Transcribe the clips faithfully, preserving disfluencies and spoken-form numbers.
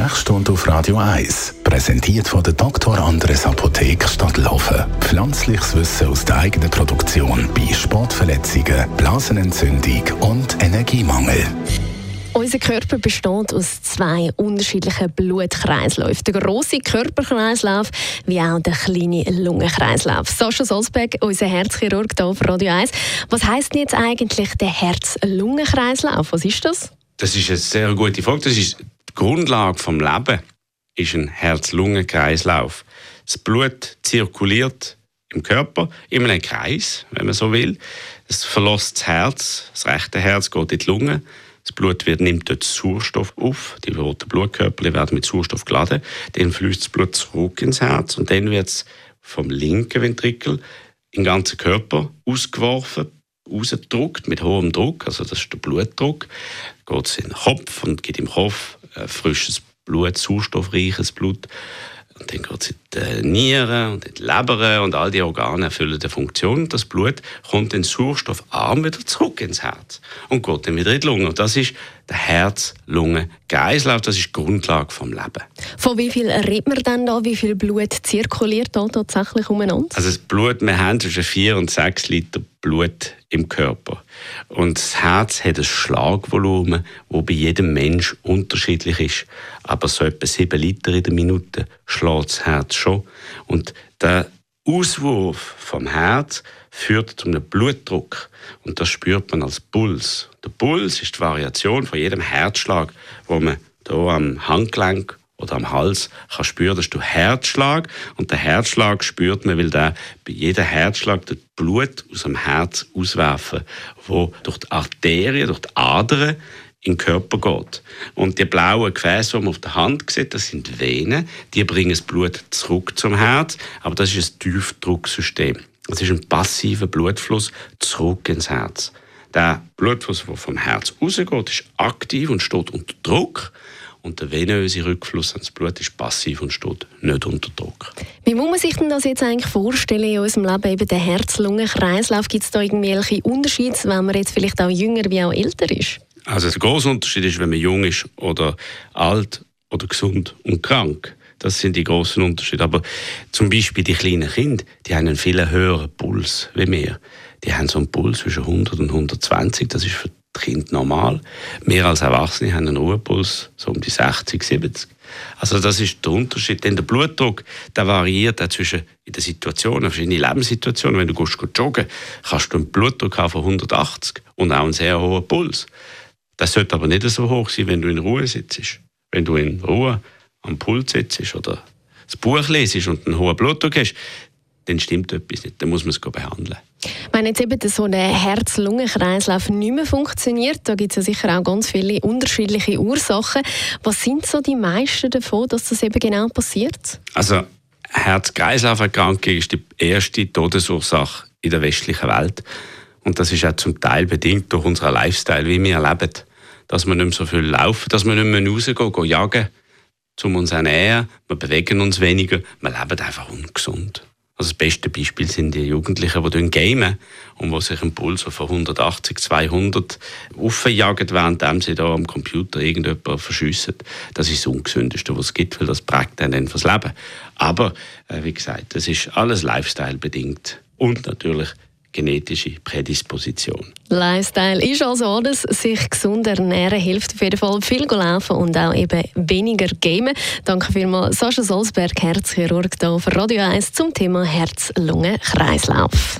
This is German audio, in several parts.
Sprechstunde auf Radio eins. Präsentiert von der Doktor Andres Apotheke Stadtlaufen. Pflanzliches Wissen aus der eigenen Produktion bei Sportverletzungen, Blasenentzündung und Energiemangel. Unser Körper besteht aus zwei unterschiedlichen Blutkreisläufen. Der grosse Körperkreislauf wie auch der kleine Lungenkreislauf. Sascha Solzberg, unser Herzchirurg hier auf Radio eins. Was heisst denn jetzt eigentlich der Herz-Lungen-Kreislauf? Was ist das? Das ist eine sehr gute Frage. Das ist die Grundlage des Lebens. Ist ein Herz-Lungen-Kreislauf. Das Blut zirkuliert im Körper in einem Kreis, wenn man so will. Es verlässt das Herz, das rechte Herz geht in die Lunge. Das Blut wird, nimmt dort Sauerstoff auf, die roten Blutkörper werden mit Sauerstoff geladen, dann fließt das Blut zurück ins Herz und dann wird es vom linken Ventrikel in den ganzen Körper ausgeworfen, rausgedrückt mit hohem Druck, also das ist der Blutdruck, dann geht es in den Kopf und gibt im Kopf äh, frisches Blut, sauerstoffreiches Blut. Und dann geht es in die Nieren und in die Leber und all die Organe erfüllen die Funktion. Das Blut kommt in sauerstoffarm wieder zurück ins Herz und geht dann wieder in die Lunge. Und das ist der Herz-Lungen-Kreislauf, das ist die Grundlage des Lebens. Von wie viel redet man denn da? Wie viel Blut zirkuliert da tatsächlich umeinander? Also das Blut, wir haben zwischen vier und sechs Liter Blut im Körper. Und das Herz hat ein Schlagvolumen, das bei jedem Mensch unterschiedlich ist. Aber so etwa sieben Liter in der Minute schlägt das Herz schon. Und der Auswurf vom Herz führt zu einem Blutdruck. Und das spürt man als Puls. Der Puls ist die Variation von jedem Herzschlag, wo man hier am Handgelenk oder am Hals kann spüren, das ist der Herzschlag. Und der Herzschlag spürt man, weil der bei jedem Herzschlag das Blut aus dem Herz auswerfen, wo durch die Arterien, durch die Adern in den Körper geht. Und die blauen Gefäße, die man auf der Hand sieht, das sind Venen, die bringen das Blut zurück zum Herz, aber das ist ein Tiefdrucksystem. Das ist ein passiver Blutfluss zurück ins Herz. Der Blutfluss, der vom Herz rausgeht, ist aktiv und steht unter Druck. Und der venöse Rückfluss ans Blut ist passiv und steht nicht unter Druck. Wie muss man sich denn das jetzt eigentlich vorstellen in unserem Leben, eben der Herz-Lungen-Kreislauf? Gibt es da irgendwelche Unterschiede, wenn man jetzt vielleicht auch jünger wie auch älter ist? Also der grosse Unterschied ist, wenn man jung ist oder alt oder gesund und krank. Das sind die grossen Unterschiede. Aber zum Beispiel die kleinen Kinder, die haben einen viel höheren Puls wie wir. Die haben so einen Puls zwischen hundert und hundertzwanzig. Das ist für die Kinder normal. Wir als Erwachsene haben einen Ruhepuls so um die sechzig, siebzig. Also das ist der Unterschied. Denn der Blutdruck, der variiert auch zwischen in den Situationen, verschiedene Lebenssituationen. Wenn du gehst, gehst joggen, kannst du einen Blutdruck haben von hundertachtzig und auch einen sehr hohen Puls. Das sollte aber nicht so hoch sein, wenn du in Ruhe sitzt. Wenn du in Ruhe am Pult sitzt oder das Buch lesest und einen hohen Blutdruck hast, dann stimmt etwas nicht. Dann muss man es behandeln. Wenn jetzt eben so ein Herz-Lungen-Kreislauf nicht mehr funktioniert, da gibt es ja sicher auch ganz viele unterschiedliche Ursachen. Was sind so die meisten davon, dass das eben genau passiert? Also Herz-Kreislauf-Erkrankung ist die erste Todesursache in der westlichen Welt. Und das ist auch zum Teil bedingt durch unseren Lifestyle, wie wir leben. Dass wir nicht mehr so viel laufen, dass wir nicht mehr rausgehen, gehen jagen, um uns zu ernähren. Wir bewegen uns weniger, wir leben einfach ungesund. Also das beste Beispiel sind die Jugendlichen, die gamen und die sich einen Puls von hundertachtzig, zweihundert aufjagen, während sie da am Computer irgendjemanden verschiessen. Das ist das Ungesündeste, was es gibt, weil das prägt dann fürs Leben. Aber, äh, wie gesagt, das ist alles Lifestyle-bedingt und natürlich genetische Prädisposition. Lifestyle ist also alles. Sich gesund ernähren hilft auf jeden Fall. Viel laufen und auch eben weniger gamen. Danke vielmals Sascha Solzberg, Herzchirurg hier auf Radio eins zum Thema Herz-Lungen-Kreislauf.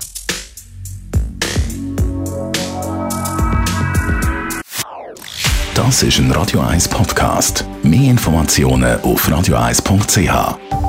Das ist ein Radio eins Podcast. Mehr Informationen auf radio eins punkt c h.